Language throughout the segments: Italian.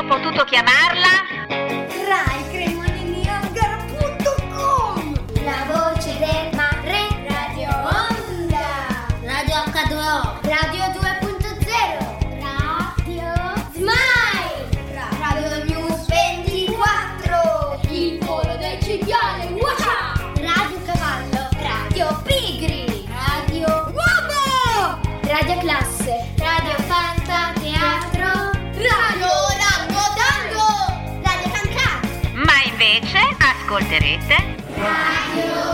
potuto chiamarla? RaiCremoniniOngaro.com. La voce del mare. Radio Onda. Radio H2O. Radio 2.0. Radio Smile. Radio News 24. Il volo del cinghiale. Radio Cavallo. Radio Pigri. Radio Uomo. Radio Classe. Radio Fanta Teatro. Radio Rango Dango. Radio Cancan. Ma invece ascolterete Radio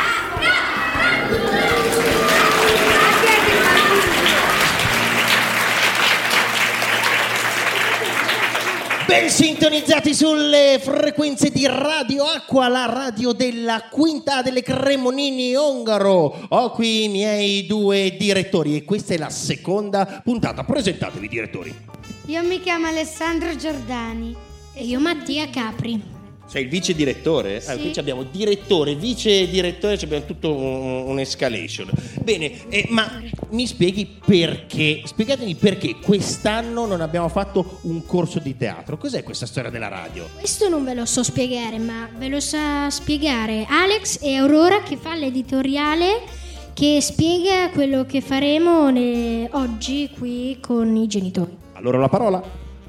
Ben sintonizzati sulle frequenze di Radio Acqua, la radio della Quinta delle Cremonini Ongaro. Ho qui i miei due direttori e questa è la seconda puntata. Presentatevi, direttori. Io mi chiamo Alessandro Giordani. E io Mattia Capri. Sei il vice direttore? Sì. Qui abbiamo direttore, vice direttore, abbiamo tutto un'escalation. Bene, ma mi spieghi perché? Spiegatemi perché quest'anno non abbiamo fatto un corso di teatro. Cos'è questa storia della radio? Questo non ve lo so spiegare, ma ve lo sa spiegare Alex e Aurora, che fa l'editoriale che spiega quello che faremo oggi qui con i genitori. Allora la parola.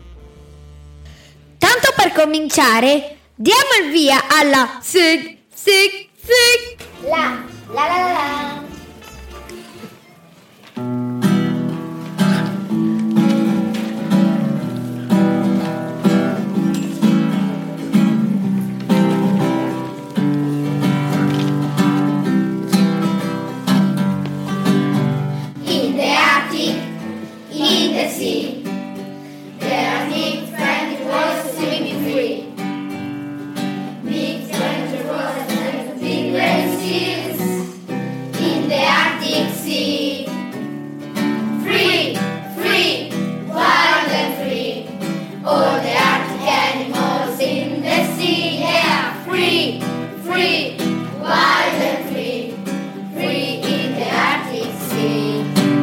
Tanto per cominciare, diamo il via alla sig. La la la la. In the Arctic, in the sea, there are big friendly voices swimming free. Big friendly voices and big great seas in the Arctic Sea. Free, free, wild and free. All the Arctic animals in the sea. Yeah, free, free, wild and free. Free in the Arctic Sea.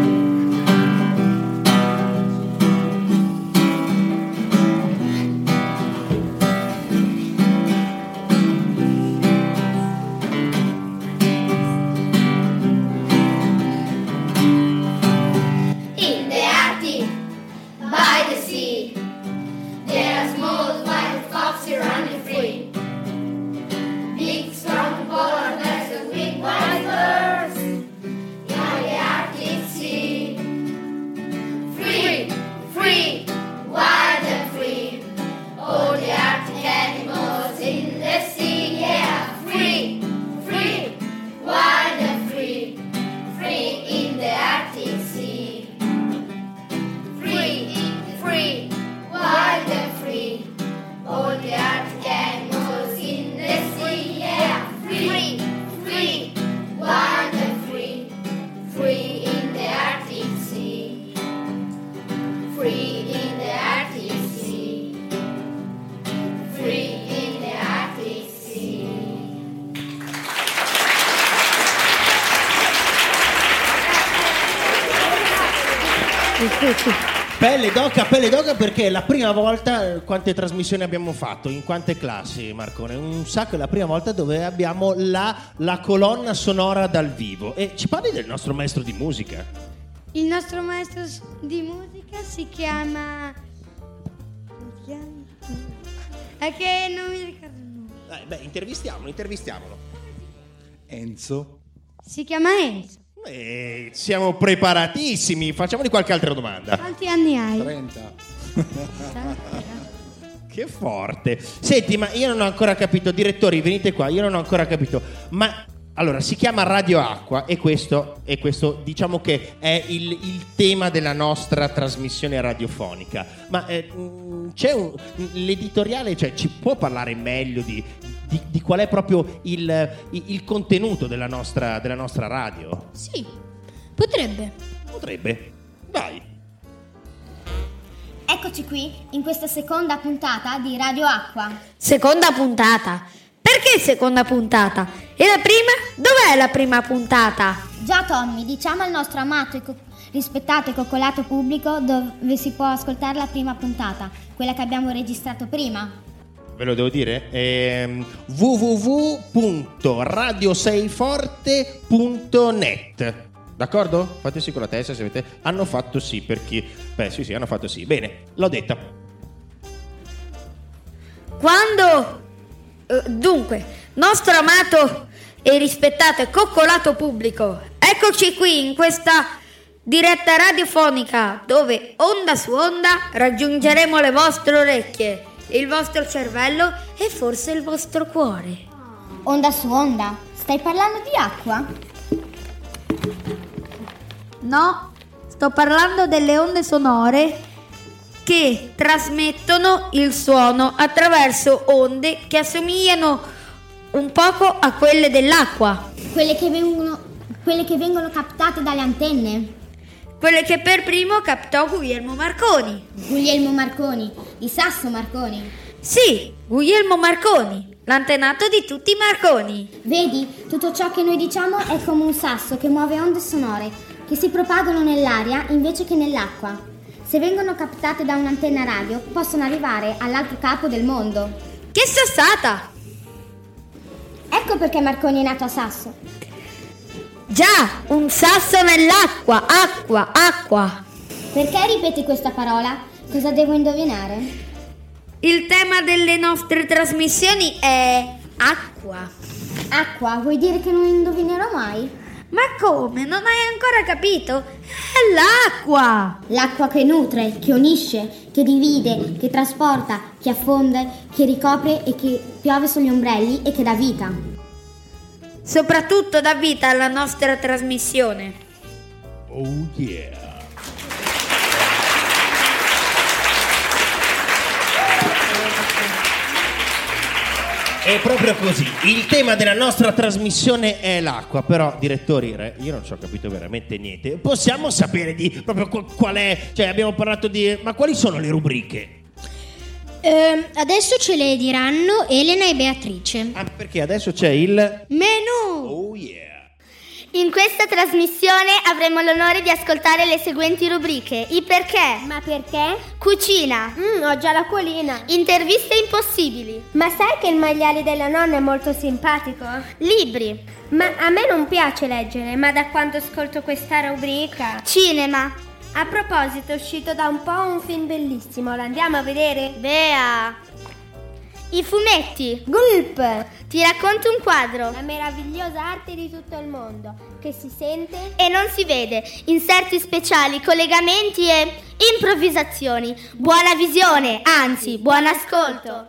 In the Arctic, by the sea, there are small white foxes running free. Big strong polar bears and big white birds in the Arctic Sea. Free, free, wild and free. All the Arctic animals in the sea. Yeah, free, free, wild and free. Free in the Arctic Sea. Free, free, wild and free. All the Arctic animals in the sea. Yeah, free, free, wild and free. Free in the Arctic Sea. Free in the Arctic Sea. Free in the Arctic Sea. Pelle d'oca perché è la prima volta. Quante trasmissioni abbiamo fatto? In quante classi, Marcone? Un sacco, è la prima volta dove abbiamo la colonna sonora dal vivo. E ci parli del nostro maestro di musica? Il nostro maestro di musica si chiama... È che non mi ricordo il nome. Intervistiamolo. Enzo. Si chiama Enzo. Siamo preparatissimi, facciamogli qualche altra domanda. Quanti anni hai? 30. Che forte. Senti, ma io non ho ancora capito, direttori, venite qua, io non ho ancora capito. Ma allora si chiama Radio Acqua e questo diciamo che è il tema della nostra trasmissione radiofonica. Ma c'è l'editoriale, cioè ci può parlare meglio di qual è proprio il contenuto della nostra radio? Sì, potrebbe. Potrebbe. Vai. Eccoci qui in questa seconda puntata di Radio Acqua. Seconda puntata. Perché seconda puntata? E la prima? Dov'è la prima puntata? Già Tommy, diciamo al nostro amato Rispettate Coccolato Pubblico, dove si può ascoltare la prima puntata, quella che abbiamo registrato prima. Ve lo devo dire? www.radioseiforte.net. D'accordo? Fate sì con la testa se avete. Hanno fatto sì per chi. Beh, sì, hanno fatto sì. Bene, l'ho detta. Quando, dunque, nostro amato e rispettato Coccolato Pubblico, eccoci qui in questa diretta radiofonica dove onda su onda raggiungeremo le vostre orecchie, il vostro cervello e forse il vostro cuore. Onda su onda? Stai parlando di acqua? No, sto parlando delle onde sonore che trasmettono il suono attraverso onde che assomigliano un poco a quelle dell'acqua. Quelle che vengono captate dalle antenne. Quelle che per primo captò Guglielmo Marconi. Guglielmo Marconi, di Sasso Marconi. Sì, Guglielmo Marconi, l'antenato di tutti i Marconi. Vedi, tutto ciò che noi diciamo è come un sasso che muove onde sonore che si propagano nell'aria invece che nell'acqua. Se vengono captate da un'antenna radio, possono arrivare all'altro capo del mondo. Che sassata! Ecco perché Marconi è nato a Sasso. Già, un sasso nell'acqua, acqua, acqua. Perché ripeti questa parola? Cosa devo indovinare? Il tema delle nostre trasmissioni è acqua. Acqua, vuoi dire che non indovinerò mai? Ma come? Non hai ancora capito? È l'acqua! L'acqua che nutre, che unisce, che divide, che trasporta, che affonde, che ricopre e che piove sugli ombrelli e che dà vita. Soprattutto dà vita alla nostra trasmissione. Oh yeah. È proprio così. Il tema della nostra trasmissione è l'acqua. Però, direttori, io non ci ho capito veramente niente. Possiamo sapere di proprio qual è? Cioè, abbiamo parlato di. Ma quali sono le rubriche? Adesso ce le diranno Elena e Beatrice. Ah, perché adesso c'è il Menù! Oh yeah. In questa trasmissione avremo l'onore di ascoltare le seguenti rubriche. I perché? Ma perché? Cucina. Ho già l'acquolina. Interviste impossibili. Ma sai che il maiale della nonna è molto simpatico? Libri. Ma a me non piace leggere, ma da quando ascolto questa rubrica... Cinema. A proposito, è uscito da un po' un film bellissimo, lo andiamo a vedere? Bea! I fumetti. Gulp. Ti racconto un quadro. La meravigliosa arte di tutto il mondo, che si sente e non si vede. Inserti speciali, collegamenti e improvvisazioni. Buona visione, anzi, buon ascolto.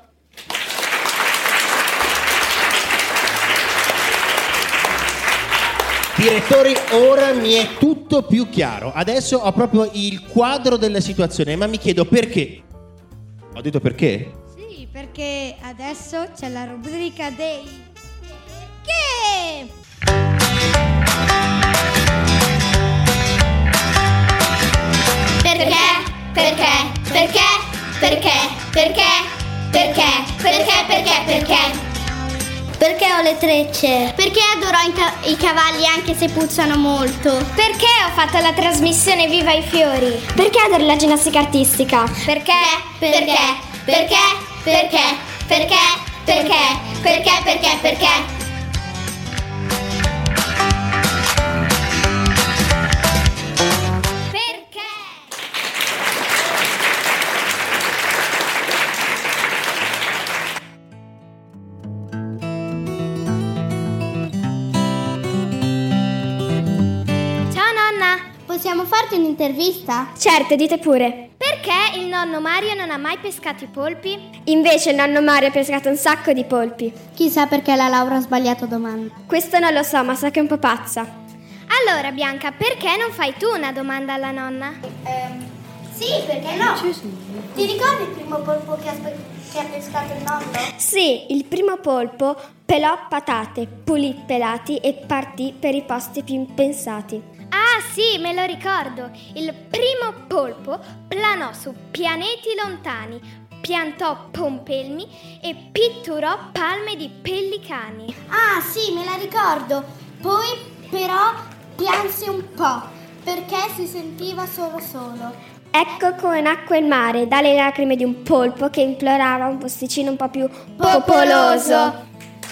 Direttori, ora mi è tutto più chiaro. Adesso ho proprio il quadro della situazione, ma mi chiedo perché. Ho detto perché? Sì, perché adesso c'è la rubrica dei che? Perché? Perché? Perché? Perché? Perché? Perché? Perché? Perché? Perché? Perché ho le trecce? Perché adoro i cavalli anche se puzzano molto? Perché ho fatto la trasmissione Viva i Fiori? Perché adoro la ginnastica artistica? Perché? Perché? Perché? Perché? Perché? Perché? Perché? Perché? Perché? Possiamo farti un'intervista? Certo, dite pure. Perché il nonno Mario non ha mai pescato i polpi? Invece il nonno Mario ha pescato un sacco di polpi. Chissà perché la Laura ha sbagliato domanda. Questo non lo so, ma so che è un po' pazza. Allora, Bianca, perché non fai tu una domanda alla nonna? Sì, perché no? Ti ricordi il primo polpo che ha pescato il nonno? Sì, il primo polpo pelò patate, pulì pelati e partì per i posti più impensati. Ah sì, me lo ricordo. Il primo polpo planò su pianeti lontani, piantò pompelmi e pitturò palme di pellicani. Ah sì, me la ricordo. Poi però pianse un po', perché si sentiva solo. Ecco come nacque il mare, dalle lacrime di un polpo che implorava un posticino un po' più popoloso.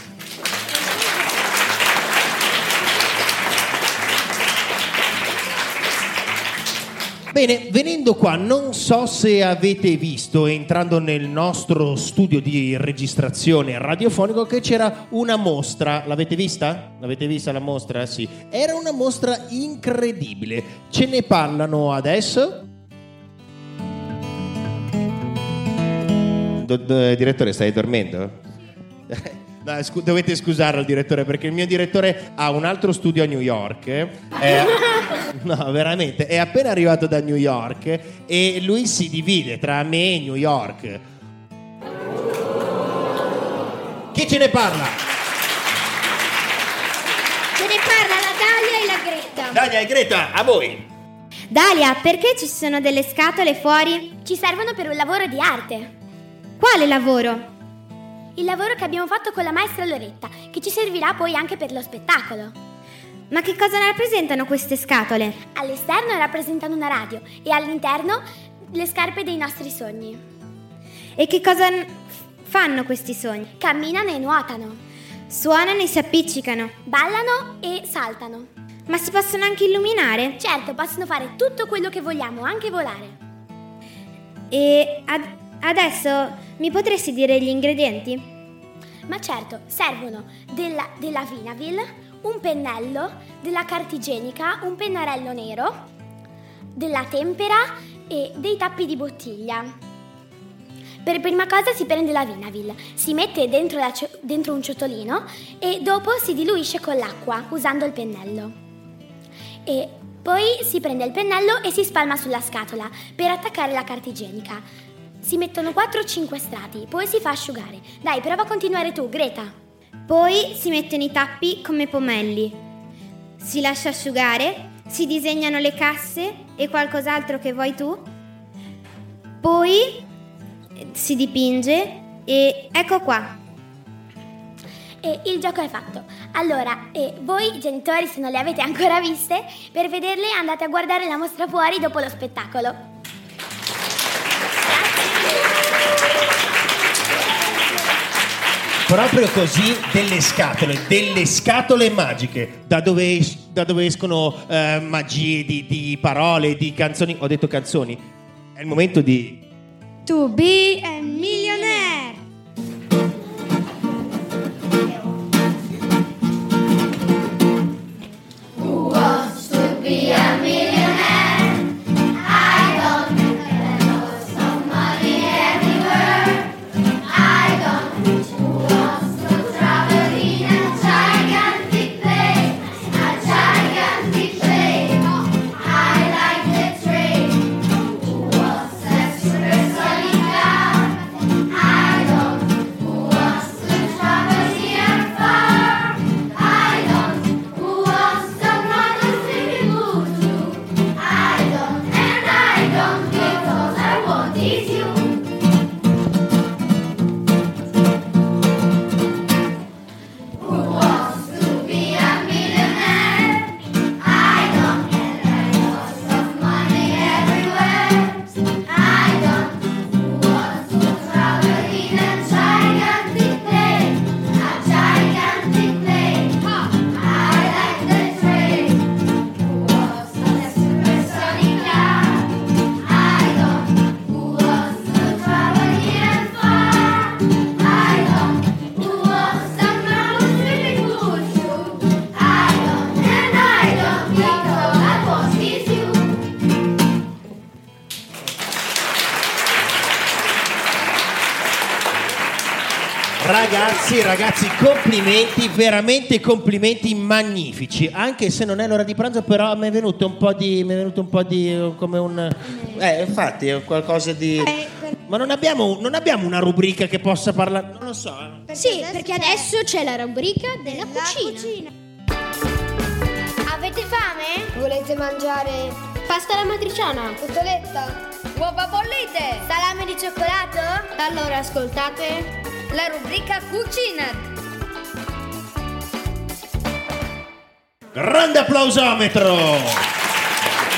Bene, venendo qua, non so se avete visto, entrando nel nostro studio di registrazione radiofonico, che c'era una mostra. L'avete vista? L'avete vista la mostra? Sì. Era una mostra incredibile. Ce ne parlano adesso. Direttore, stai dormendo? No, dovete scusarlo il direttore, perché il mio direttore ha un altro studio a New York. No, veramente, è appena arrivato da New York e lui si divide tra me e New York. Chi ce ne parla? Ce ne parla la Dalia e la Greta. Dalia e Greta, a voi. Dalia, perché ci sono delle scatole fuori? Ci servono per un lavoro di arte. Quale lavoro? Il lavoro che abbiamo fatto con la maestra Loretta, che ci servirà poi anche per lo spettacolo. Ma che cosa rappresentano queste scatole? All'esterno rappresentano una radio e all'interno le scarpe dei nostri sogni. E che cosa fanno questi sogni? Camminano e nuotano, Suonano e si appiccicano. ballano e saltano. Ma si possono anche illuminare? Certo, possono fare tutto quello che vogliamo, anche volare. E adesso mi potresti dire gli ingredienti? Ma certo, servono della Vinavil, un pennello, della carta igienica, un pennarello nero, della tempera e dei tappi di bottiglia. Per prima cosa si prende la Vinavil, si mette dentro un ciotolino e dopo si diluisce con l'acqua usando il pennello. E poi si prende il pennello e si spalma sulla scatola per attaccare la carta igienica. Si mettono 4 o 5 strati, poi si fa asciugare. Dai, prova a continuare tu, Greta. Poi si mettono i tappi come pomelli. Si lascia asciugare, si disegnano le casse e qualcos'altro che vuoi tu. Poi si dipinge e ecco qua. E il gioco è fatto. Allora, voi genitori, se non le avete ancora viste, per vederle andate a guardare la mostra fuori dopo lo spettacolo. Proprio così, delle scatole magiche, da dove escono magie di parole, di canzoni. Ho detto canzoni. È il momento di To be a millionaire. Who wants to be a millionaire? I don't have lots of money everywhere. I don't. Who wants to travel in a gigantic plane? A gigantic plane. I like the train. Who wants a supersonic car? I don't. Who wants to travel near far? I don't. Who wants some other swimming pool too? I don't, and I don't, because I want is you. Who wants to be a millionaire? I don't, and I lots of money everywhere. I don't. Who wants to travel in a gigantic plane? A gigantic plane. I like the train. Who wants a supersonic car? I don't. Who wants to travel near and far? I don't. Who wants some other swimming pool too? I don't, and I don't, because I want is you. Ragazzi, complimenti, veramente complimenti magnifici. Anche se non è l'ora di pranzo, però mi è venuto un po' di come un infatti è qualcosa di. Ma non abbiamo una rubrica che possa parlare, non lo so. Sì, perché adesso c'è la rubrica della cucina. Avete fame? Volete mangiare Pasta alla matriciana. cotoletta? Uova bollite! Salame di cioccolato? Allora ascoltate. La rubrica cucina! Grande applausometro!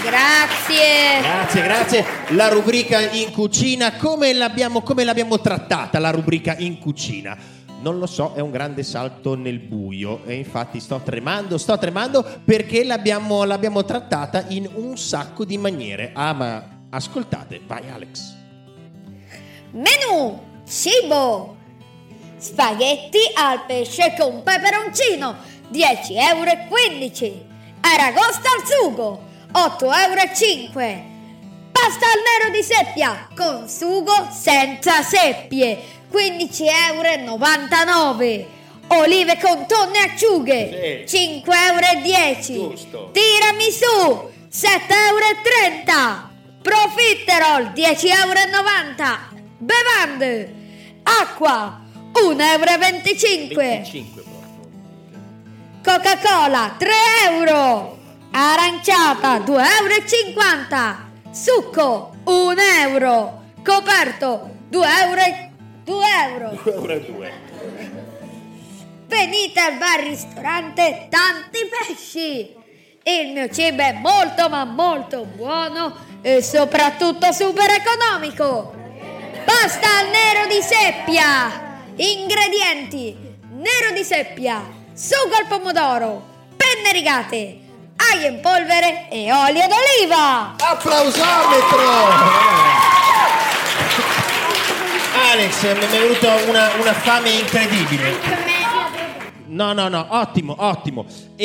Grazie. La rubrica in cucina, come l'abbiamo trattata la rubrica in cucina? Non lo so, è un grande salto nel buio e infatti sto tremando perché l'abbiamo trattata in un sacco di maniere. Ma ascoltate, vai Alex. Menù, cibo, spaghetti al pesce con peperoncino, 10,15 €. Aragosta al sugo, 8,05 €. Pasta al nero di seppia con sugo senza seppie, 15,99 €. Olive con tonne e acciughe, 5,10 €. Giusto. Tiramisù, 7,30 €. Profiterol, 10,90 €. Bevande, acqua, 1,25 €. Coca-Cola, 3 €. Aranciata, 2,50 €. Succo, 1 €. Coperto, 2 €. Venite al bar-ristorante Tanti Pesci. Il mio cibo è molto ma molto buono e soprattutto super economico. Pasta al nero di seppia. Ingredienti: nero di seppia, sugo al pomodoro, penne rigate, aglio in polvere e olio d'oliva. Applausometro! Alex, mi è venuta una fame incredibile. No, ottimo.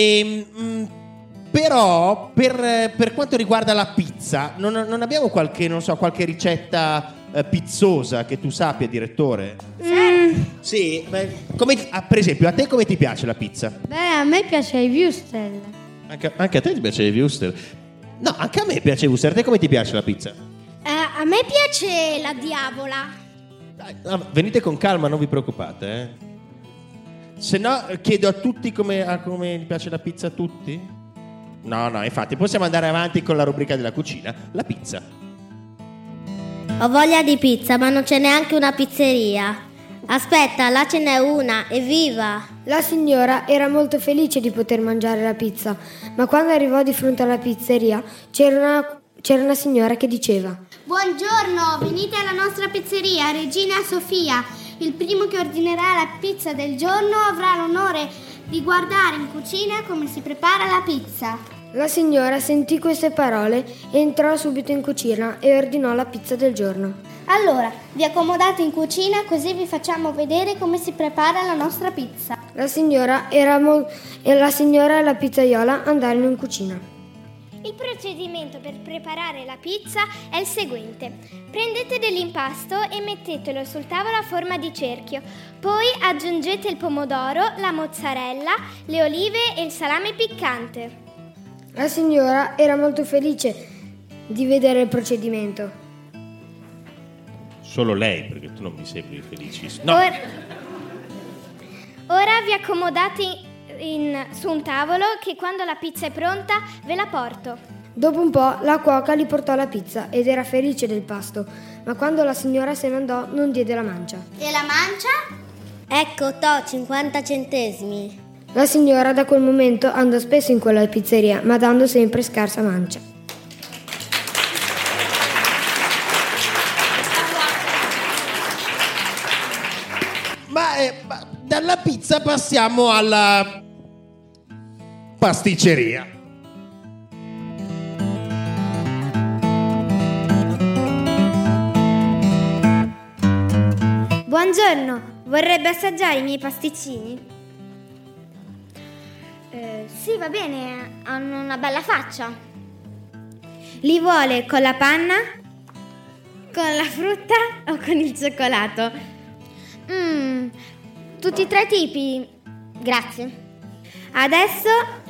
Però per quanto riguarda la pizza, non abbiamo qualche ricetta pizzosa che tu sappia, direttore? Sì, per esempio, a te come ti piace la pizza? A me piace il wurstel. Anche a te ti piace il wurstel? No, anche a me piace il wurstel. A te come ti piace la pizza? A me piace la diavola. Dai, no, venite con calma, non vi preoccupate. Se no, chiedo a tutti come gli piace la pizza a tutti? No, infatti, possiamo andare avanti con la rubrica della cucina, la pizza. Ho voglia di pizza, ma non c'è neanche una pizzeria. Aspetta, là ce n'è una, evviva! La signora era molto felice di poter mangiare la pizza, ma quando arrivò di fronte alla pizzeria c'era una signora che diceva: Buongiorno, venite alla nostra pizzeria, Regina Sofia. Il primo che ordinerà la pizza del giorno avrà l'onore di guardare in cucina come si prepara la pizza. La signora sentì queste parole e entrò subito in cucina e ordinò la pizza del giorno. Allora, vi accomodate in cucina così vi facciamo vedere come si prepara la nostra pizza. La signora e la pizzaiola andarono in cucina. Il procedimento per preparare la pizza è il seguente. Prendete dell'impasto e mettetelo sul tavolo a forma di cerchio. Poi aggiungete il pomodoro, la mozzarella, le olive e il salame piccante. La signora era molto felice di vedere il procedimento. Solo lei, perché tu non mi sembri felicissimo. No. Ora vi accomodate su un tavolo che quando la pizza è pronta ve la porto. Dopo un po' la cuoca gli portò la pizza ed era felice del pasto, ma quando la signora se ne andò non diede la mancia. E la mancia? Ecco, 50 centesimi. La signora da quel momento andò spesso in quella pizzeria, ma dando sempre scarsa mancia. Ma dalla pizza passiamo alla pasticceria. Buongiorno, vorrebbe assaggiare i miei pasticcini? Sì, va bene, hanno una bella faccia. Li vuole con la panna, con la frutta o con il cioccolato? Tutti e 3 tipi, grazie. Adesso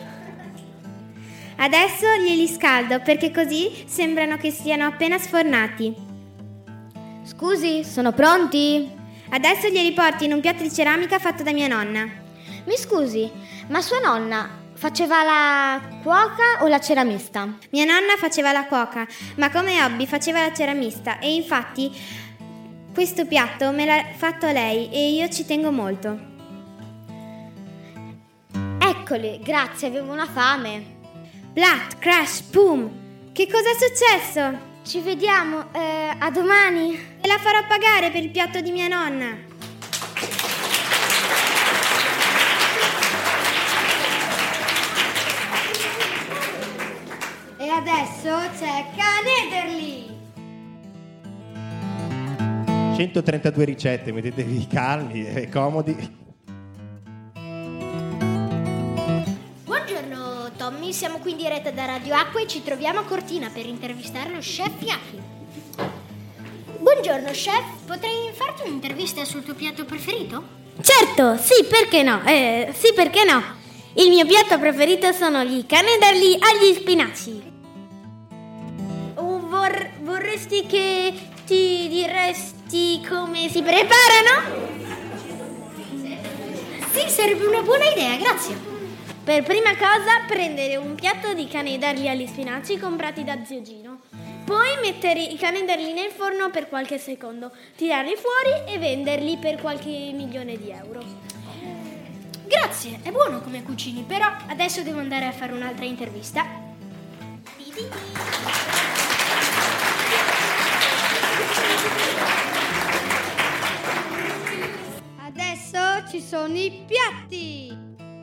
glieli scaldo perché così sembrano che siano appena sfornati. Scusi, sono pronti? Adesso glieli porti in un piatto di ceramica fatto da mia nonna. Mi scusi, ma sua nonna faceva la cuoca o la ceramista? Mia nonna faceva la cuoca, ma come hobby faceva la ceramista e infatti questo piatto me l'ha fatto lei e io ci tengo molto. Eccoli, grazie, avevo una fame. Plat, crash, boom! Che cosa è successo? Ci vediamo, a domani. E la farò pagare per il piatto di mia nonna. E adesso c'è Canederli. 132 ricette, mettetevi calmi e comodi. Buongiorno Tommy, siamo qui in diretta da Radio Acqua e ci troviamo a Cortina per intervistare lo chef Yaki. Buongiorno chef, potrei farti un'intervista sul tuo piatto preferito? Certo, sì, perché no? Sì, perché no? Il mio piatto preferito sono gli canederli agli spinaci. Vorresti che ti diresti come si preparano? Sì, sarebbe una buona idea, grazie. Per prima cosa prendere un piatto di canederli agli spinaci comprati da zio Gino. Poi mettere i canederli nel forno per qualche secondo, tirarli fuori e venderli per qualche milione di euro. Grazie, è buono come cucini, però adesso devo andare a fare un'altra intervista. Adesso ci sono i piatti.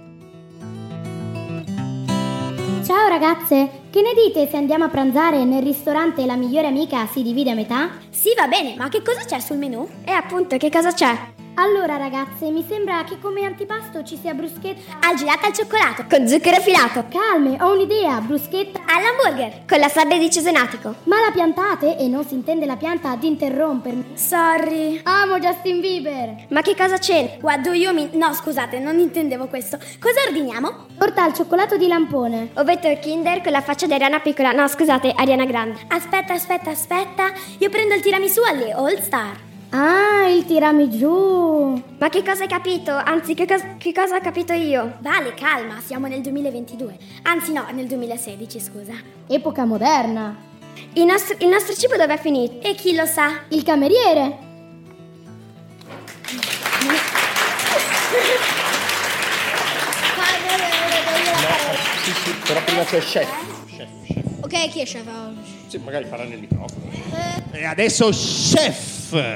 Ciao ragazze, che ne dite se andiamo a pranzare nel ristorante La Migliore Amica si divide a metà? Sì, va bene, ma che cosa c'è sul menù? E appunto, che cosa c'è? Allora ragazze, mi sembra che come antipasto ci sia bruschetta al gelato al cioccolato con zucchero filato. Calme, ho un'idea, bruschetta all'hamburger con la sarda di cesenatico. Ma la piantate? E non si intende la pianta ad interrompermi. Sorry. Amo Justin Bieber. Ma che cosa c'è? Guardo io no, scusate, non intendevo questo. Cosa ordiniamo? Torta al cioccolato di lampone. Ovetto Kinder con la faccia di Ariana piccola. No, scusate, Ariana grande. Aspetta. Io prendo il tiramisù alle All Star. Ah, il tiramisù. Ma che cosa hai capito? Anzi, che cosa ho capito io? Vale, calma, siamo nel 2022. Anzi no, nel 2016, scusa. Epoca moderna. Il nostro cibo dove è finito? E chi lo sa? Il cameriere. Sì, però prima c'è il chef. Ok, chi è chef? Sì, magari farà nel microfono. E adesso chef.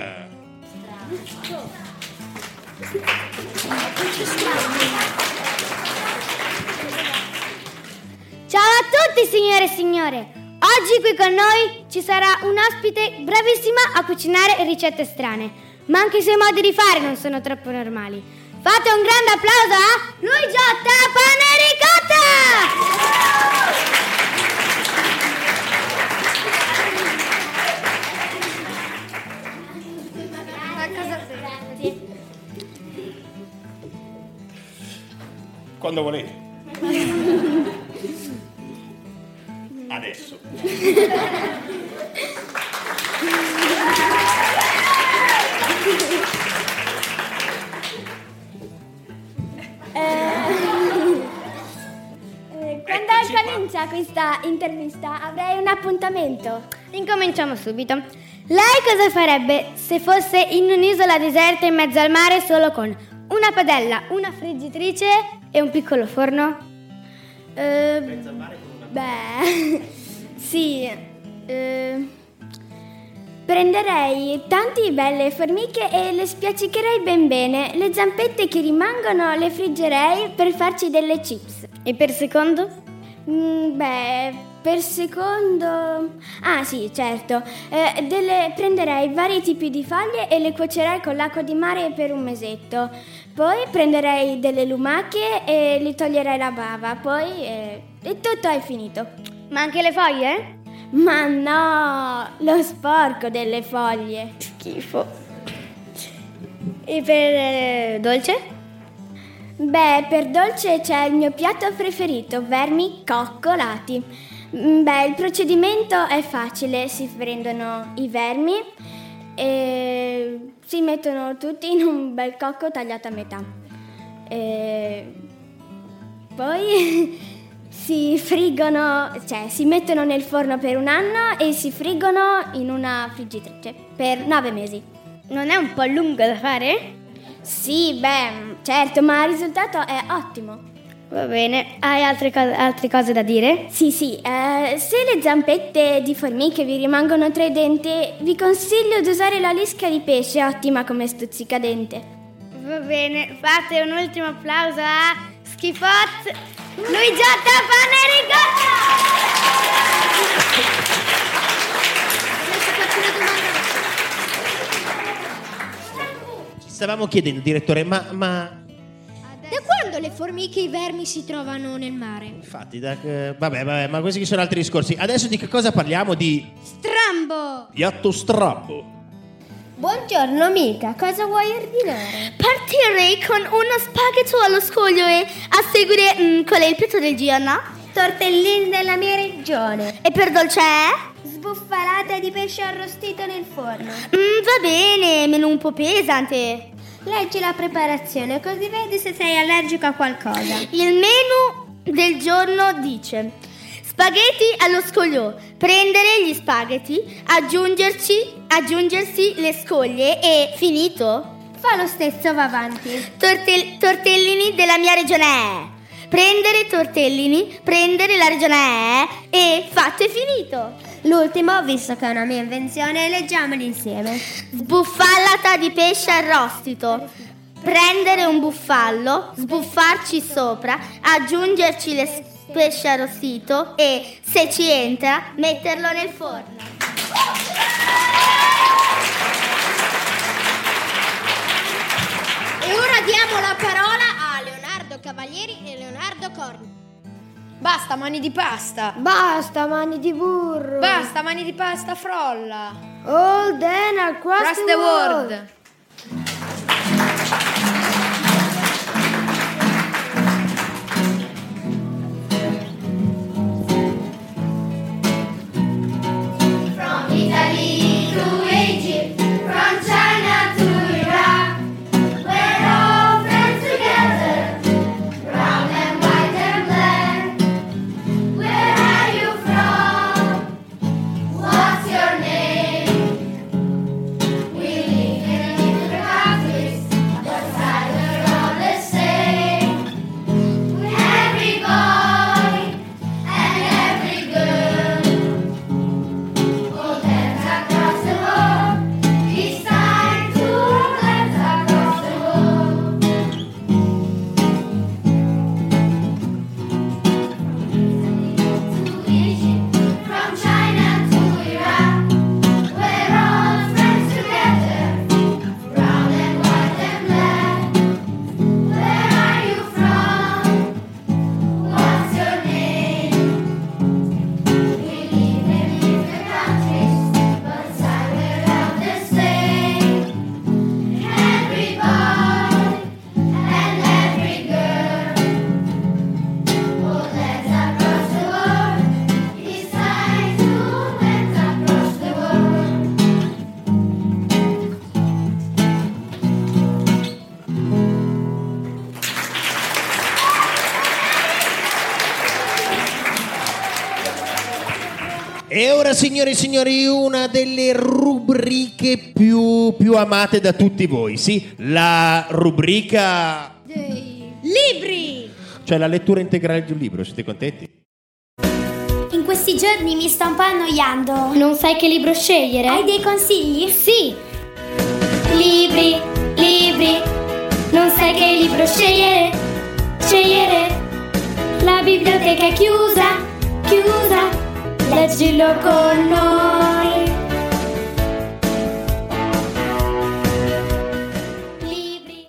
Ciao a tutti signore e signore. Oggi qui con noi ci sarà un ospite bravissima a cucinare ricette strane, ma anche i suoi modi di fare non sono troppo normali. Fate un grande applauso a Lui Giotta Panericotta! Quando volete. Adesso. Quando comincia questa intervista avrei un appuntamento. Incominciamo subito. Lei cosa farebbe se fosse in un'isola deserta in mezzo al mare solo con una padella, una friggitrice e un piccolo forno? Mezzo al mare con una sì. Prenderei tante belle formiche e le spiaccicherei ben bene. Le zampette che rimangono le friggerei per farci delle chips. E per secondo? Per secondo... Ah sì, certo. Prenderei vari tipi di foglie e le cuocerei con l'acqua di mare per un mesetto. Poi prenderei delle lumache e li toglierei la bava. Poi e tutto è finito. Ma anche le foglie? Ma no, lo sporco delle foglie. Schifo. E per dolce? Per dolce c'è il mio piatto preferito, vermi coccolati. Il procedimento è facile, si prendono i vermi e si mettono tutti in un bel cocco tagliato a metà. Poi si friggono, cioè si mettono nel forno per un anno e si friggono in una friggitrice per 9 mesi. Non è un po' lungo da fare? Sì, certo, ma il risultato è ottimo. Va bene, hai altre cose da dire? Sì, se le zampette di formiche vi rimangono tra i denti, vi consiglio di usare la lisca di pesce, ottima come stuzzicadente. Va bene, fate un ultimo applauso a Schifozzo, Luigiotta Ci stavamo chiedendo, direttore, ma da quando le formiche e i vermi si trovano nel mare? infatti, vabbè, ma questi sono altri discorsi. Adesso di che cosa parliamo? Di Strambo! piatto strambo. Buongiorno amica, cosa vuoi ordinare? Partirei con uno spaghetto allo scoglio e a seguire qual è il piatto del giorno? Tortellini della mia regione. E per dolce? Sbuffalata di pesce arrostito nel forno. Va bene, menù un po' pesante. Leggi la preparazione così vedi se sei allergico a qualcosa. Il menù del giorno dice: spaghetti allo scoglio, prendere gli spaghetti, aggiungersi le scoglie e finito? Fa lo stesso, va avanti. Tortellini della mia regione. Prendere tortellini, prendere la regione e fatto e finito. L'ultimo, visto che è una mia invenzione, leggiamoli insieme. Sbuffalata di pesce arrostito. Prendere un buffallo, sbuffarci sopra, aggiungerci le pesce arrostito e, se ci entra, metterlo nel forno. E ora diamo la parola a Leonardo Cavalieri e Leonardo Corni. Basta mani di pasta. Basta mani di burro. Basta mani di pasta frolla. All then across the world. From Italy to Egypt, from China to Iraq, we're all friends together, brown and white and black. Where are you from? What's your name? We live in different countries, but inside we're all the same. Every boy and every girl, oh, let's across the world. It's time to let's across the world. To Egypt, from China to Iraq, we're all friends together, brown and white and black. Where are you from? What's your name? We live in different countries, but inside we're all the same. Every boy and every girl, oh, let's across the world. It's time to let's across the world. E ora, signore e signori, una delle rubriche più amate da tutti voi, sì, la rubrica Libri! cioè la lettura integrale di un libro. Siete contenti? In questi giorni mi sto un po' annoiando. Non sai che libro scegliere? Hai dei consigli? Sì! Libri, non sai che libro scegliere? La biblioteca è chiusa, leggilo con noi. Libri.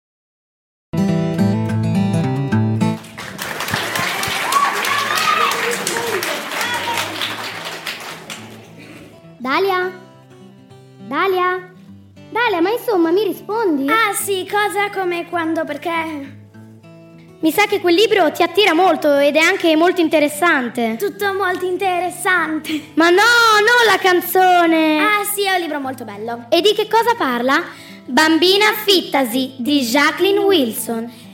Dalia, ma insomma, mi rispondi? Ah sì, cosa, come, quando, perché? Mi sa che quel libro ti attira molto ed è anche molto interessante. Tutto molto interessante. Ma no, non la canzone. Ah sì, è un libro molto bello. E di che cosa parla? Bambina Fittasi di Jacqueline Wilson.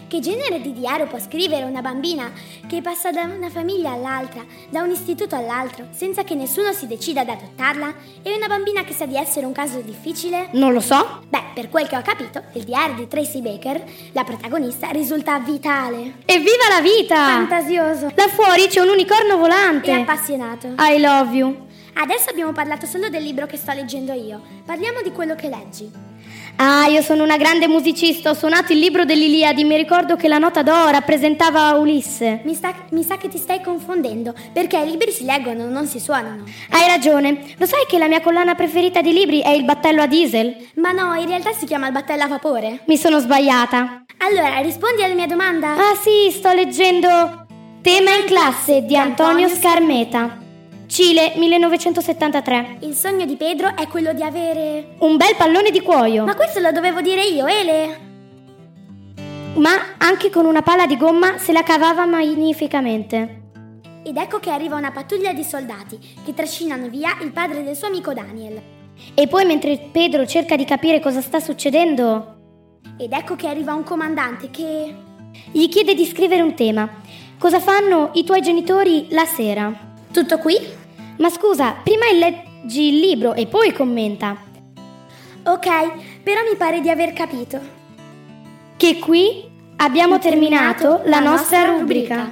Che genere di diario può scrivere una bambina che passa da una famiglia all'altra, da un istituto all'altro, senza che nessuno si decida ad adottarla? E una bambina che sa di essere un caso difficile? Non lo so. Beh, per quel che ho capito, il diario di Tracy Baker, la protagonista, risulta vitale. Evviva la vita! Fantasioso. Là fuori c'è un unicorno volante. E appassionato. I love you. Adesso abbiamo parlato solo del libro che sto leggendo io. Parliamo di quello che leggi. Ah, io sono una grande musicista, ho suonato il libro dell'Iliade, mi ricordo che la nota do rappresentava Ulisse. Mi sa che ti stai confondendo, perché i libri si leggono, non si suonano. Hai ragione, lo sai che la mia collana preferita di libri è il battello a diesel? Ma no, in realtà si chiama il battello a vapore. Mi sono sbagliata. Allora, rispondi alla mia domanda? Ah sì, sto leggendo Tema in classe di Antonio Scarmeta. Cile, 1973. Il sogno di Pedro è quello di avere... un bel pallone di cuoio. Ma questo lo dovevo dire io, Ele. Ma anche con una palla di gomma se la cavava magnificamente. Ed ecco che arriva una pattuglia di soldati che trascinano via il padre del suo amico Daniel. E poi mentre Pedro cerca di capire cosa sta succedendo... ed ecco che arriva un comandante che... gli chiede di scrivere un tema. Cosa fanno i tuoi genitori la sera? Tutto qui? Ma scusa, prima leggi il libro e poi commenta. Ok, però mi pare di aver capito. Che qui abbiamo terminato la nostra rubrica.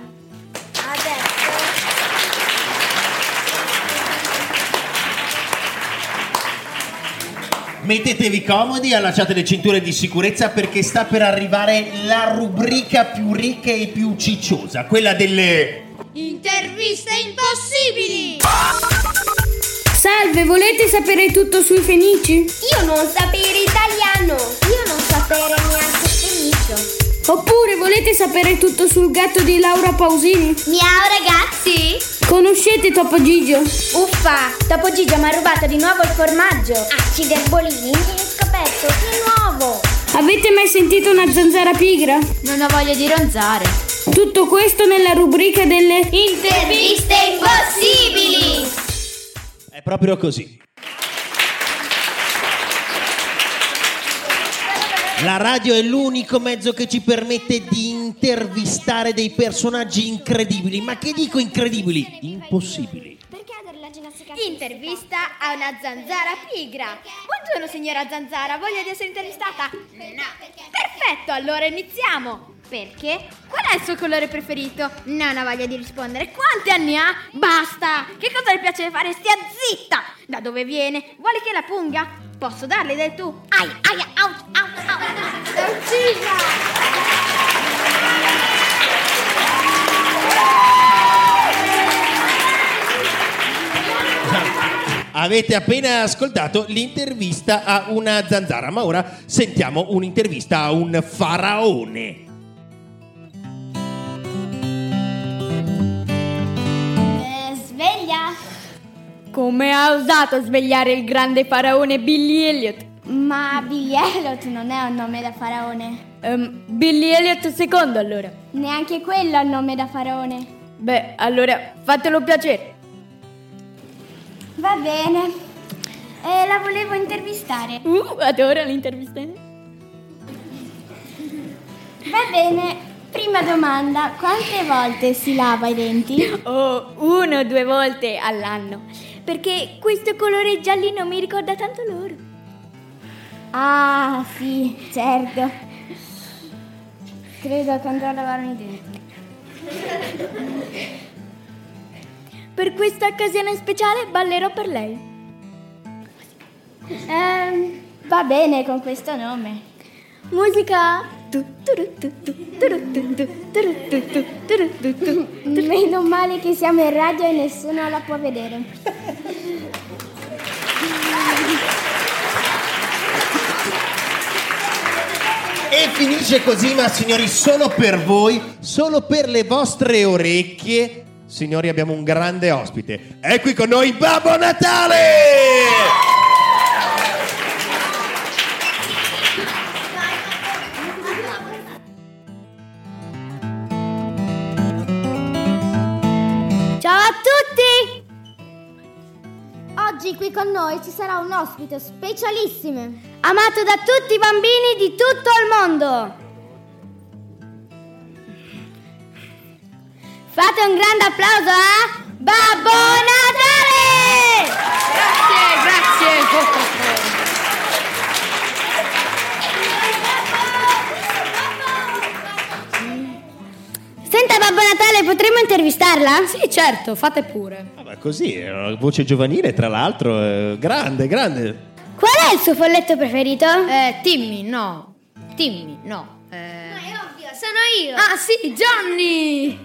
Mettetevi comodi, allacciate le cinture di sicurezza perché sta per arrivare la rubrica più ricca e più cicciosa, quella delle... interviste impossibili! Salve, volete sapere tutto sui Fenici? Io non sapere italiano! Io non sapere neanche fenicio. Oppure volete sapere tutto sul gatto di Laura Pausini? Miau ragazzi! Conoscete Topo Gigio? Uffa, Topo Gigio mi ha rubato di nuovo il formaggio. Acciderbolini, mi hai scoperto di nuovo. Avete mai sentito una zanzara pigra? Non ho voglia di ronzare. Tutto questo nella rubrica delle interviste impossibili! È proprio così. La radio è l'unico mezzo che ci permette di intervistare dei personaggi incredibili. Ma che dico incredibili? Impossibili. Intervista a una zanzara pigra. Buongiorno signora zanzara, voglia di essere intervistata? No. Perfetto, allora iniziamo. Perché? Qual è il suo colore preferito? Non ha voglia di rispondere. Quanti anni ha? Basta! Che cosa le piace fare? Stia zitta! Da dove viene? Vuole che la punga? Posso darle del tu? Ai, ai, au, au, au. Sei uccisa! Avete appena ascoltato l'intervista a una zanzara, ma ora sentiamo un'intervista a un faraone. Sveglia! Come ha osato svegliare il grande faraone Billy Elliot? Ma Billy Elliot non è un nome da faraone. Billy Elliot II allora. Neanche quello è un nome da faraone. Beh, allora fatelo piacere. Va bene. La volevo intervistare. Adoro l'intervista. Va bene. Prima domanda. Quante volte si lava i denti? Oh, 1 o 2 volte all'anno. Perché questo colore giallino mi ricorda tanto loro. Ah, sì, certo. Credo che andrò a lavarmi i denti. Per questa occasione speciale ballerò per lei. Va bene con questo nome. Musica. Meno male che siamo in radio e nessuno la può vedere. E finisce così, ma signori, solo per voi, solo per le vostre orecchie, signori, abbiamo un grande ospite. È qui con noi Babbo Natale! Ciao a tutti! Oggi qui con noi ci sarà un ospite specialissimo, amato da tutti i bambini di tutto il mondo. Fate un grande applauso a Babbo Natale! Grazie. Senta Babbo Natale, potremmo intervistarla? Sì, certo, fate pure. Vabbè, così, è una voce giovanile, tra l'altro, grande. Qual è il suo folletto preferito? Timmy, no. Ma è ovvio, sono io. Ah, sì, Johnny!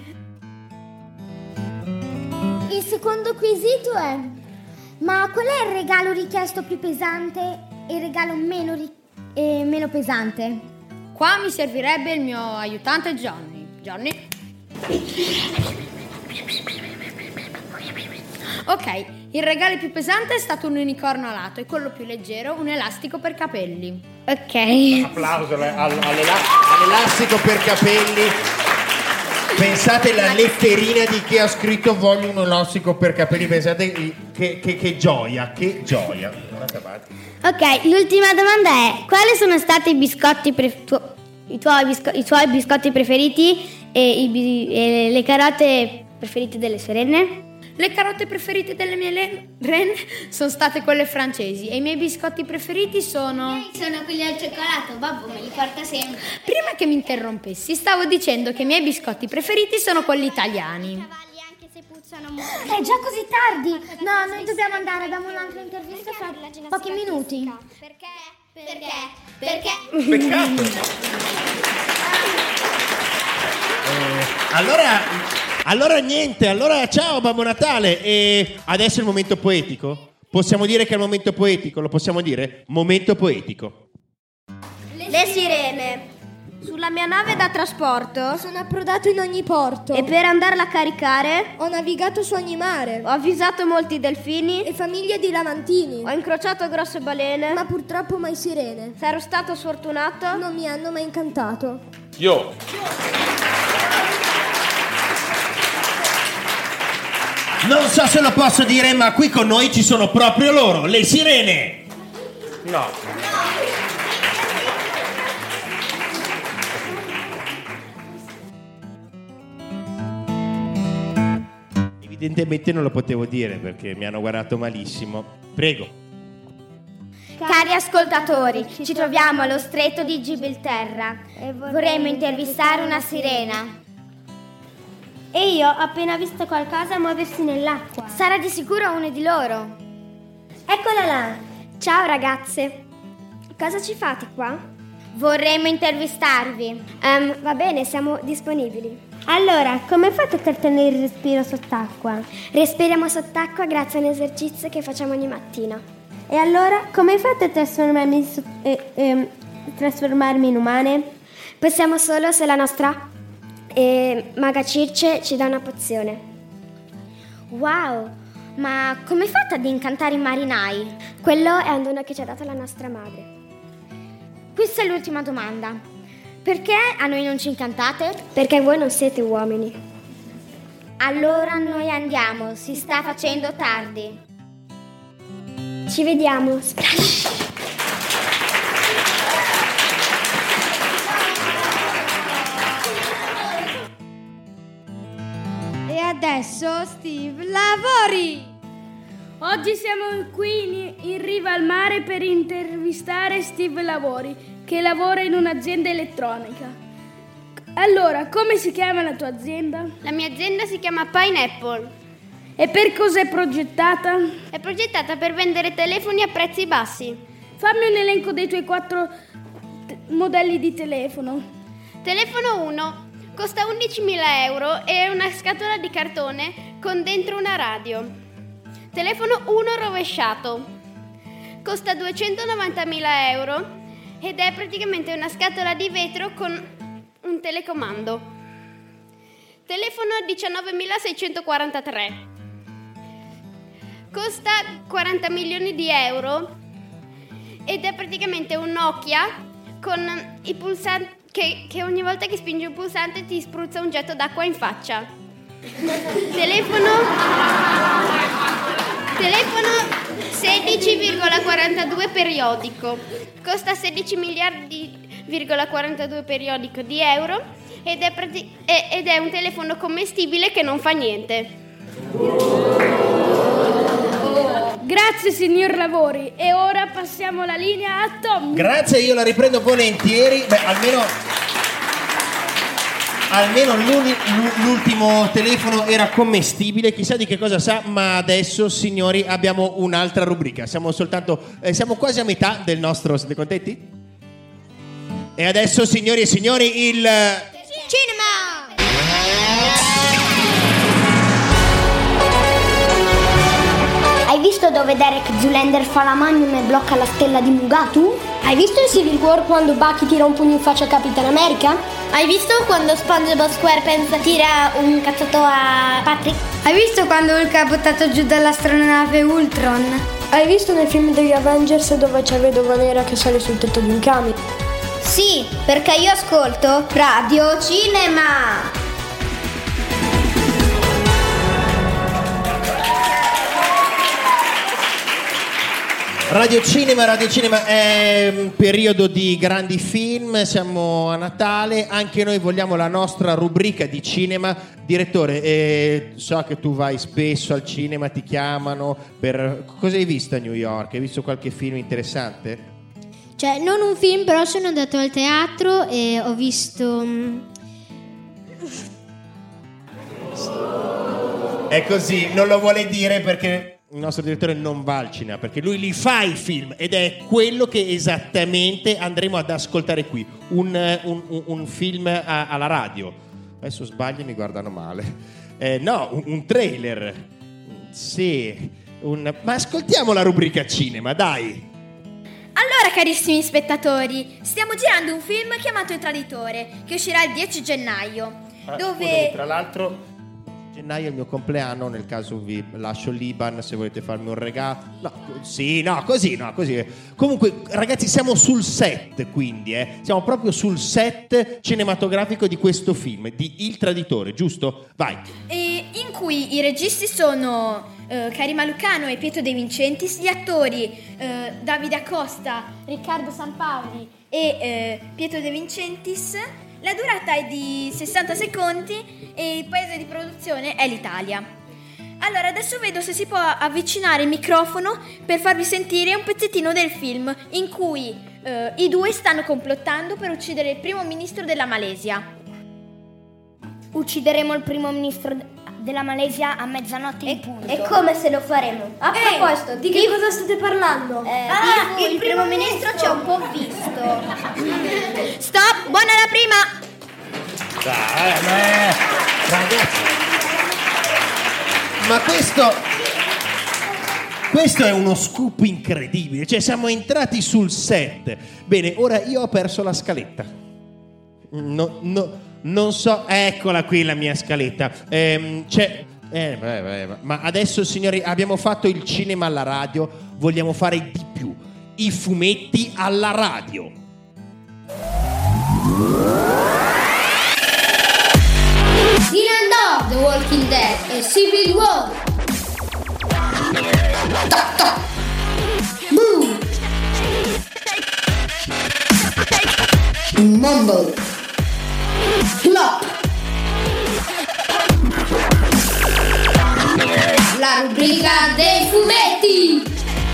Il secondo quesito è: ma qual è il regalo richiesto più pesante e il regalo meno pesante? Qua mi servirebbe il mio aiutante Johnny. Johnny? Ok, il regalo più pesante è stato un unicorno alato e quello più leggero un elastico per capelli. Ok. Applauso all'elastico per capelli. Pensate alla letterina di chi ha scritto voglio un elastico per capelli. Pensate che gioia. Guardate avanti. Ok, l'ultima domanda è: quali sono stati i biscotti i tuoi biscotti preferiti e le carote preferite delle sue renne? Le carote preferite delle mie renne sono state quelle francesi e i miei biscotti preferiti sono quelli al cioccolato, babbo me li porta sempre. Prima che mi interrompessi stavo dicendo che i miei biscotti preferiti sono quelli italiani. È già così tardi. No, noi dobbiamo andare, abbiamo un'altra intervista fra pochi minuti. Perché? Peccato. Allora ciao Babbo Natale, e adesso è il momento poetico? Possiamo dire che è il momento poetico? Lo possiamo dire? Momento poetico. Le sirene. Sulla mia nave da trasporto Sono approdato in ogni porto e per andarla a caricare ho navigato su ogni mare ho avvisato molti delfini, e famiglie di lamantini, ho incrociato grosse balene, ma purtroppo mai sirene. se ero stato sfortunato Non mi hanno mai incantato. Io. Non so se lo posso dire, ma qui con noi ci sono proprio loro, le sirene. No. Evidentemente non lo potevo dire perché mi hanno guardato malissimo. Prego. Cari ascoltatori, ci troviamo allo stretto di Gibilterra e vorremmo intervistare una sirena. E io ho appena visto qualcosa muoversi nell'acqua. Sarà di sicuro uno di loro. Eccola là. Ciao ragazze. Cosa ci fate qua? Vorremmo intervistarvi. Va bene, siamo disponibili. Allora, come fate per tenere il respiro sott'acqua? Respiriamo sott'acqua grazie a un esercizio che facciamo ogni mattina. E allora, come fate a trasformarmi in umane? Possiamo solo se la nostra maga Circe ci dà una pozione. Wow, ma come fate ad incantare i marinai? Quello è un dono che ci ha dato la nostra madre. Questa è l'ultima domanda. Perché a noi non ci incantate? Perché voi non siete uomini. Allora noi andiamo, si sta facendo tardi. Ci vediamo. Splash. E adesso Steve lavori! Oggi siamo qui in riva al mare per intervistare Steve Lavori, che lavora in un'azienda elettronica. Allora, come si chiama la tua azienda? La mia azienda si chiama Pineapple. E per cosa è progettata? È progettata per vendere telefoni a prezzi bassi. Fammi un elenco dei tuoi 4 modelli di telefono. Telefono 1 costa 11.000 euro e è una scatola di cartone con dentro una radio. Telefono 1 rovesciato costa 290.000 euro ed è praticamente una scatola di vetro con un telecomando. Telefono 19.643 costa 40 milioni di euro ed è praticamente un Nokia con i pulsanti che ogni volta che spingi un pulsante ti spruzza un getto d'acqua in faccia. Telefono 16,42 periodico, costa 16 miliardi,42 periodico di euro ed è un telefono commestibile che non fa niente. Grazie signor Lavori, e ora passiamo la linea a Tommy. Grazie, io la riprendo volentieri. Beh, almeno l'ultimo telefono era commestibile, chissà di che cosa sa, ma adesso, signori, abbiamo un'altra rubrica. Siamo quasi a metà del nostro. Siete contenti? E adesso, signori e signori, il cinema! Hai visto dove Derek Zoolander fa la magnum e blocca la stella di Mugatu? Hai visto in Civil War quando Bucky tira un pugno in faccia a Capitan America? Hai visto quando SpongeBob SquarePants tira un cazzotto a Patrick? Hai visto quando Hulk ha buttato giù dall'astronave Ultron? Hai visto nel film degli Avengers dove c'è Vedova Nera che sale sul tetto di un camion? Sì, perché io ascolto Radio Cinema! Radio Cinema è un periodo di grandi film, siamo a Natale, anche noi vogliamo la nostra rubrica di cinema. Direttore, so che tu vai spesso al cinema, ti chiamano per... Cosa hai visto a New York? Hai visto qualche film interessante? Cioè, non un film, però sono andato al teatro e ho visto... È così, non lo vuole dire perché... Il nostro direttore non va al cinema perché lui li fa i film ed è quello che esattamente andremo ad ascoltare qui, un film alla radio. Adesso sbaglio e mi guardano male. Un trailer. Sì, ma ascoltiamo la rubrica cinema, dai. Allora, carissimi spettatori, stiamo girando un film chiamato Il Traditore, che uscirà il 10 gennaio. Scusami, tra l'altro gennaio è il mio compleanno, nel caso vi lascio l'Iban se volete farmi un regalo. Così. Comunque, ragazzi, siamo sul set, quindi siamo proprio sul set cinematografico di questo film, di Il Traditore, giusto? Vai. In cui i registi sono Karima Lucano e Pietro De Vincentis, gli attori Davide Acosta, Riccardo Sampaoli e Pietro De Vincentis. La durata è di 60 secondi e il paese di produzione è l'Italia. Allora, adesso vedo se si può avvicinare il microfono per farvi sentire un pezzettino del film in cui i due stanno complottando per uccidere il primo ministro della Malesia. Uccideremo il primo ministro della Malesia a mezzanotte in punto. E come se lo faremo? A proposito, di che cosa state parlando? Il primo ministro ci ha un po' visto. Stop, buona la prima! Ragazzi, ma questo è uno scoop incredibile. Cioè, siamo entrati sul set. Bene, ora io ho perso la scaletta. Non so, eccola qui la mia scaletta. Ma adesso, signori, abbiamo fatto il cinema alla radio, vogliamo fare di più. I fumetti alla radio. Dylan Dog, The Walking Dead e Civil War. Boom. Mumble. Plop. La rubrica dei fumetti.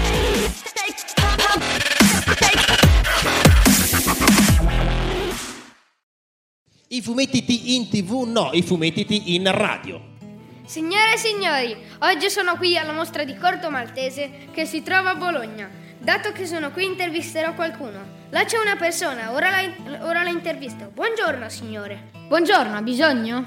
I fumetti in TV, no, i fumetti in radio. Signore e signori, oggi sono qui alla mostra di Corto Maltese che si trova a Bologna. Dato che sono qui, intervisterò qualcuno. Là c'è una persona, ora la intervisto. Buongiorno, signore. Buongiorno, ha bisogno?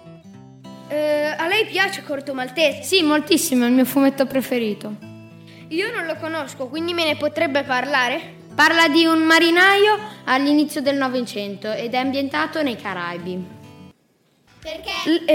A lei piace Corto Maltese? Sì, moltissimo, è il mio fumetto preferito. Io non lo conosco, quindi me ne potrebbe parlare? Parla di un marinaio all'inizio del Novecento ed è ambientato nei Caraibi. Perché?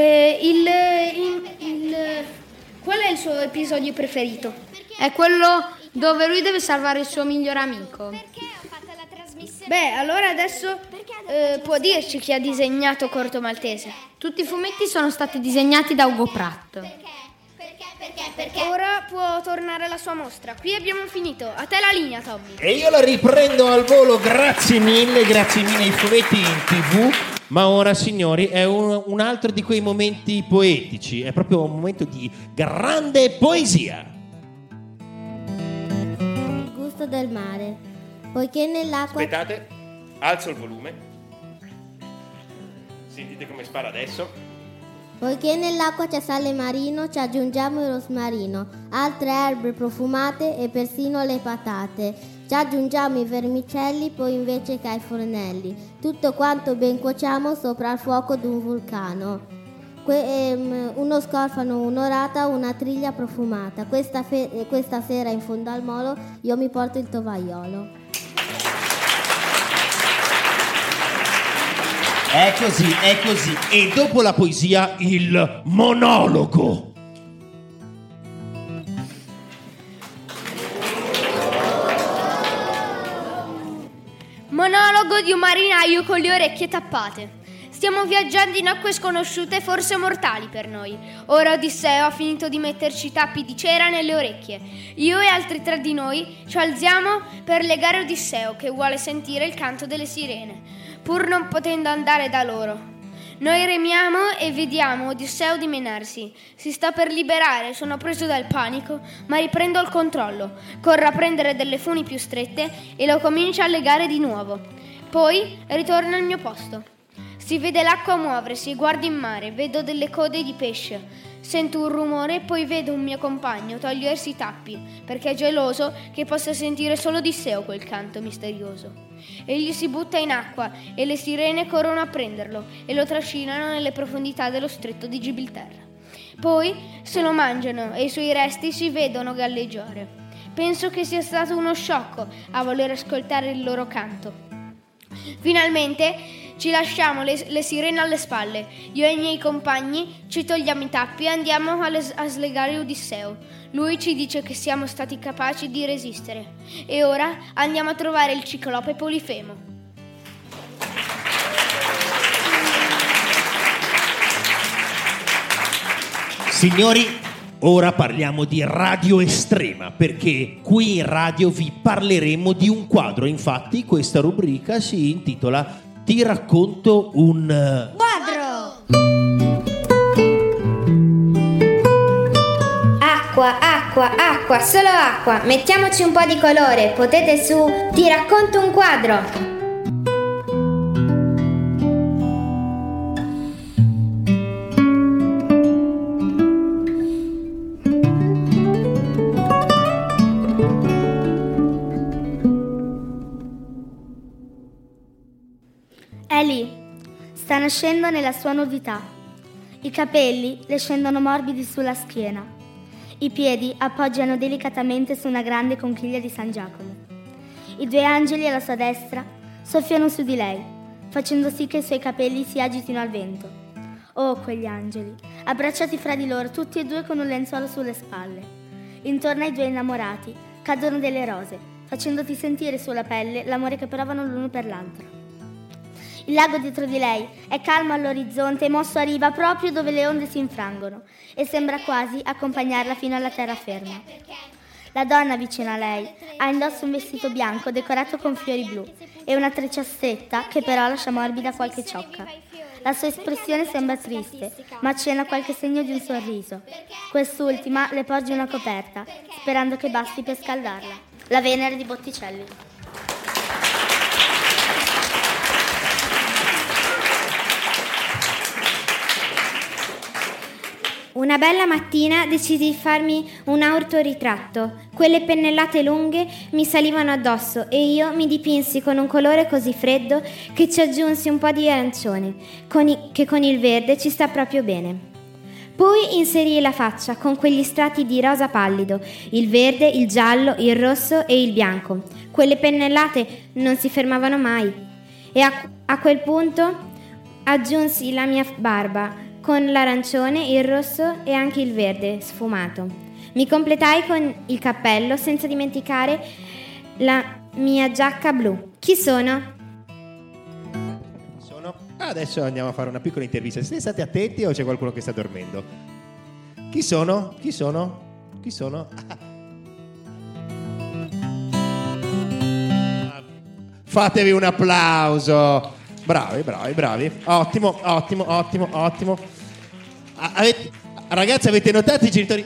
Qual è il suo episodio preferito? È quello dove lui deve salvare il suo migliore amico. Perché ho fatto la trasmissione? Beh, allora adesso può dirci chi ha disegnato Corto Maltese? Tutti i fumetti sono stati disegnati da Ugo Pratt. Perché? Ora può tornare alla sua mostra. Qui abbiamo finito. A te la linea, Tommy. E io la riprendo al volo, grazie mille, i fumetti in TV. Ma ora, signori, è un altro di quei momenti poetici, è proprio un momento di grande poesia. Il gusto del mare, poiché nell'acqua... Aspettate, alzo il volume. Sentite come spara adesso. Poiché nell'acqua c'è sale marino, ci aggiungiamo il rosmarino, altre erbe profumate e persino le patate. Ci aggiungiamo i vermicelli, poi invece che ai fornelli. Tutto quanto ben cuociamo sopra il fuoco d'un vulcano. Uno scorfano, un'orata, una triglia profumata. Questa sera in fondo al molo io mi porto il tovagliolo. È così. E dopo la poesia, il monologo. Monologo di un marinaio con le orecchie tappate. Stiamo viaggiando in acque sconosciute, forse mortali per noi. Ora Odisseo ha finito di metterci i tappi di cera nelle orecchie. Io e altri 3 di noi ci alziamo per legare Odisseo, che vuole sentire il canto delle sirene, pur non potendo andare da loro. Noi remiamo e vediamo Odisseo dimenarsi. Si sta per liberare, sono preso dal panico, ma riprendo il controllo. Corro a prendere delle funi più strette e lo comincio a legare di nuovo. Poi ritorno al mio posto. Si vede l'acqua muoversi, guardo in mare, vedo delle code di pesce. Sento un rumore e poi vedo un mio compagno togliersi i tappi, perché è geloso che possa sentire solo Odisseo quel canto misterioso. Egli si butta in acqua e le sirene corrono a prenderlo e lo trascinano nelle profondità dello stretto di Gibilterra. Poi se lo mangiano e i suoi resti si vedono galleggiare. Penso che sia stato uno sciocco a voler ascoltare il loro canto. Finalmente ci lasciamo le sirene alle spalle. Io e i miei compagni ci togliamo i tappi e andiamo a slegare Odisseo. Lui ci dice che siamo stati capaci di resistere. E ora andiamo a trovare il ciclope Polifemo. Signori, ora parliamo di Radio Estrema, perché qui in radio vi parleremo di un quadro. Infatti questa rubrica si intitola Ti racconto un quadro. Acqua, solo acqua. Mettiamoci un po' di colore. Potete su Ti racconto un quadro. È lì, sta nascendo nella sua novità. I capelli le scendono morbidi sulla schiena. I piedi appoggiano delicatamente su una grande conchiglia di San Giacomo. I 2 angeli alla sua destra soffiano su di lei, facendo sì che i suoi capelli si agitino al vento. Oh, quegli angeli, abbracciati fra di loro, tutti e 2 con un lenzuolo sulle spalle. Intorno ai 2 innamorati cadono delle rose, facendoti sentire sulla pelle l'amore che provano l'uno per l'altro. Il lago dietro di lei è calmo all'orizzonte e mosso a riva proprio dove le onde si infrangono e sembra quasi accompagnarla fino alla terraferma. La donna vicino a lei ha indosso un vestito bianco decorato con fiori blu e una treccia stretta che però lascia morbida qualche ciocca. La sua espressione sembra triste, ma accenna qualche segno di un sorriso. Quest'ultima le porge una coperta, sperando che basti per scaldarla. La Venere di Botticelli. Una bella mattina decisi di farmi un autoritratto. Quelle pennellate lunghe mi salivano addosso e io mi dipinsi con un colore così freddo che ci aggiunsi un po' di arancione, che con il verde ci sta proprio bene. Poi inserii la faccia con quegli strati di rosa pallido, il verde, il giallo, il rosso e il bianco. Quelle pennellate non si fermavano mai. E a quel punto aggiunsi la mia barba, con l'arancione, il rosso e anche il verde sfumato. Mi completai con il cappello senza dimenticare la mia giacca blu. Chi sono? Adesso andiamo a fare una piccola intervista. Siete stati attenti o c'è qualcuno che sta dormendo? Chi sono? Fatevi un applauso. bravi. Ottimo. Ragazzi, avete notato i genitori?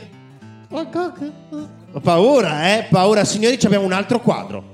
Ho paura, paura. Signori, abbiamo un altro quadro.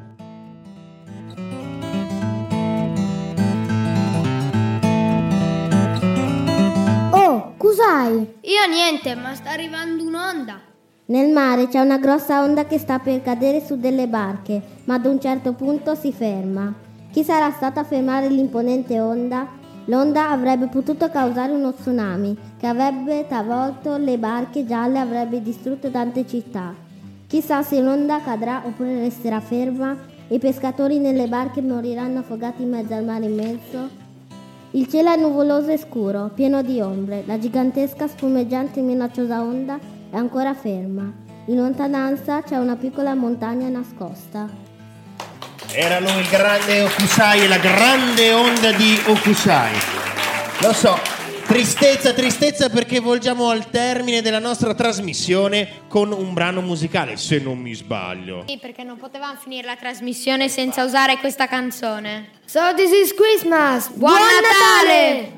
Oh, cos'hai? Io niente, ma sta arrivando un'onda. Nel mare c'è una grossa onda che sta per cadere su delle barche, ma ad un certo punto si ferma. Chi sarà stato a fermare l'imponente onda? L'onda avrebbe potuto causare uno tsunami che avrebbe travolto le barche gialle e avrebbe distrutto tante città. Chissà se l'onda cadrà oppure resterà ferma e i pescatori nelle barche moriranno affogati in mezzo al mare immenso. Il cielo è nuvoloso e scuro, pieno di ombre. La gigantesca, spumeggiante e minacciosa onda è ancora ferma. In lontananza c'è una piccola montagna nascosta. Era lui il grande Hokusai, la grande onda di Hokusai. Lo so, tristezza perché volgiamo al termine della nostra trasmissione con un brano musicale, se non mi sbaglio. Sì, perché non potevamo finire la trasmissione senza usare questa canzone. So this is Christmas! Buon Natale!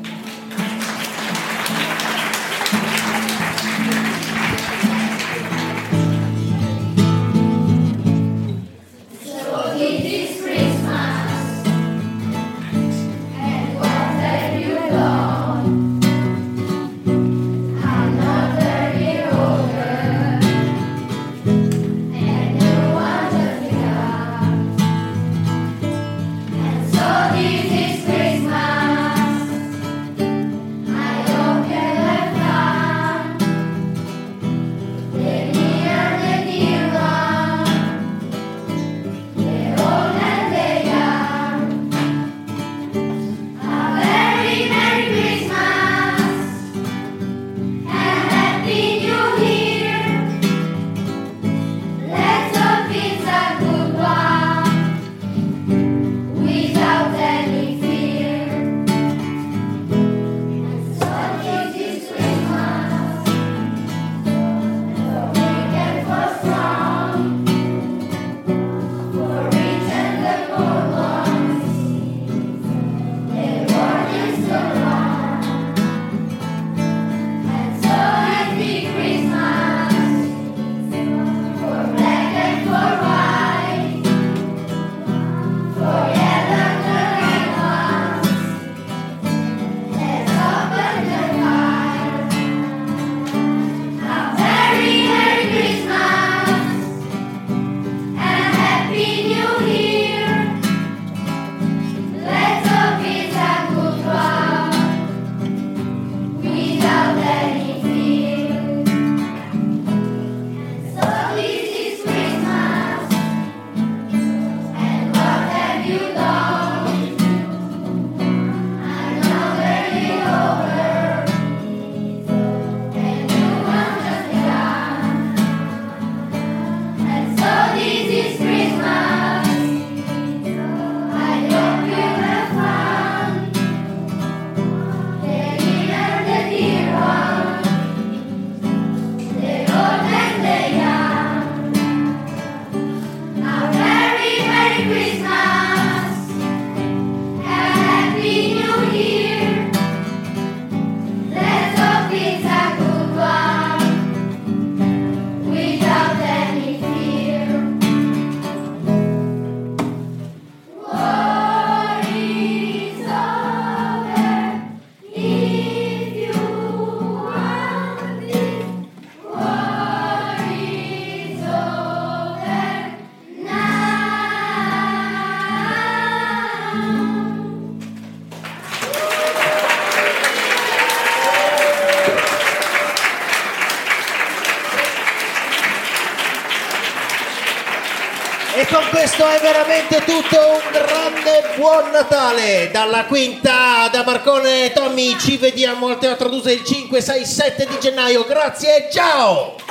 E con questo è veramente tutto. Un grande buon Natale dalla quinta, da Marcone e Tommy. Ci vediamo al Teatro Dusa il 5, 6, 7 di gennaio. Grazie e ciao!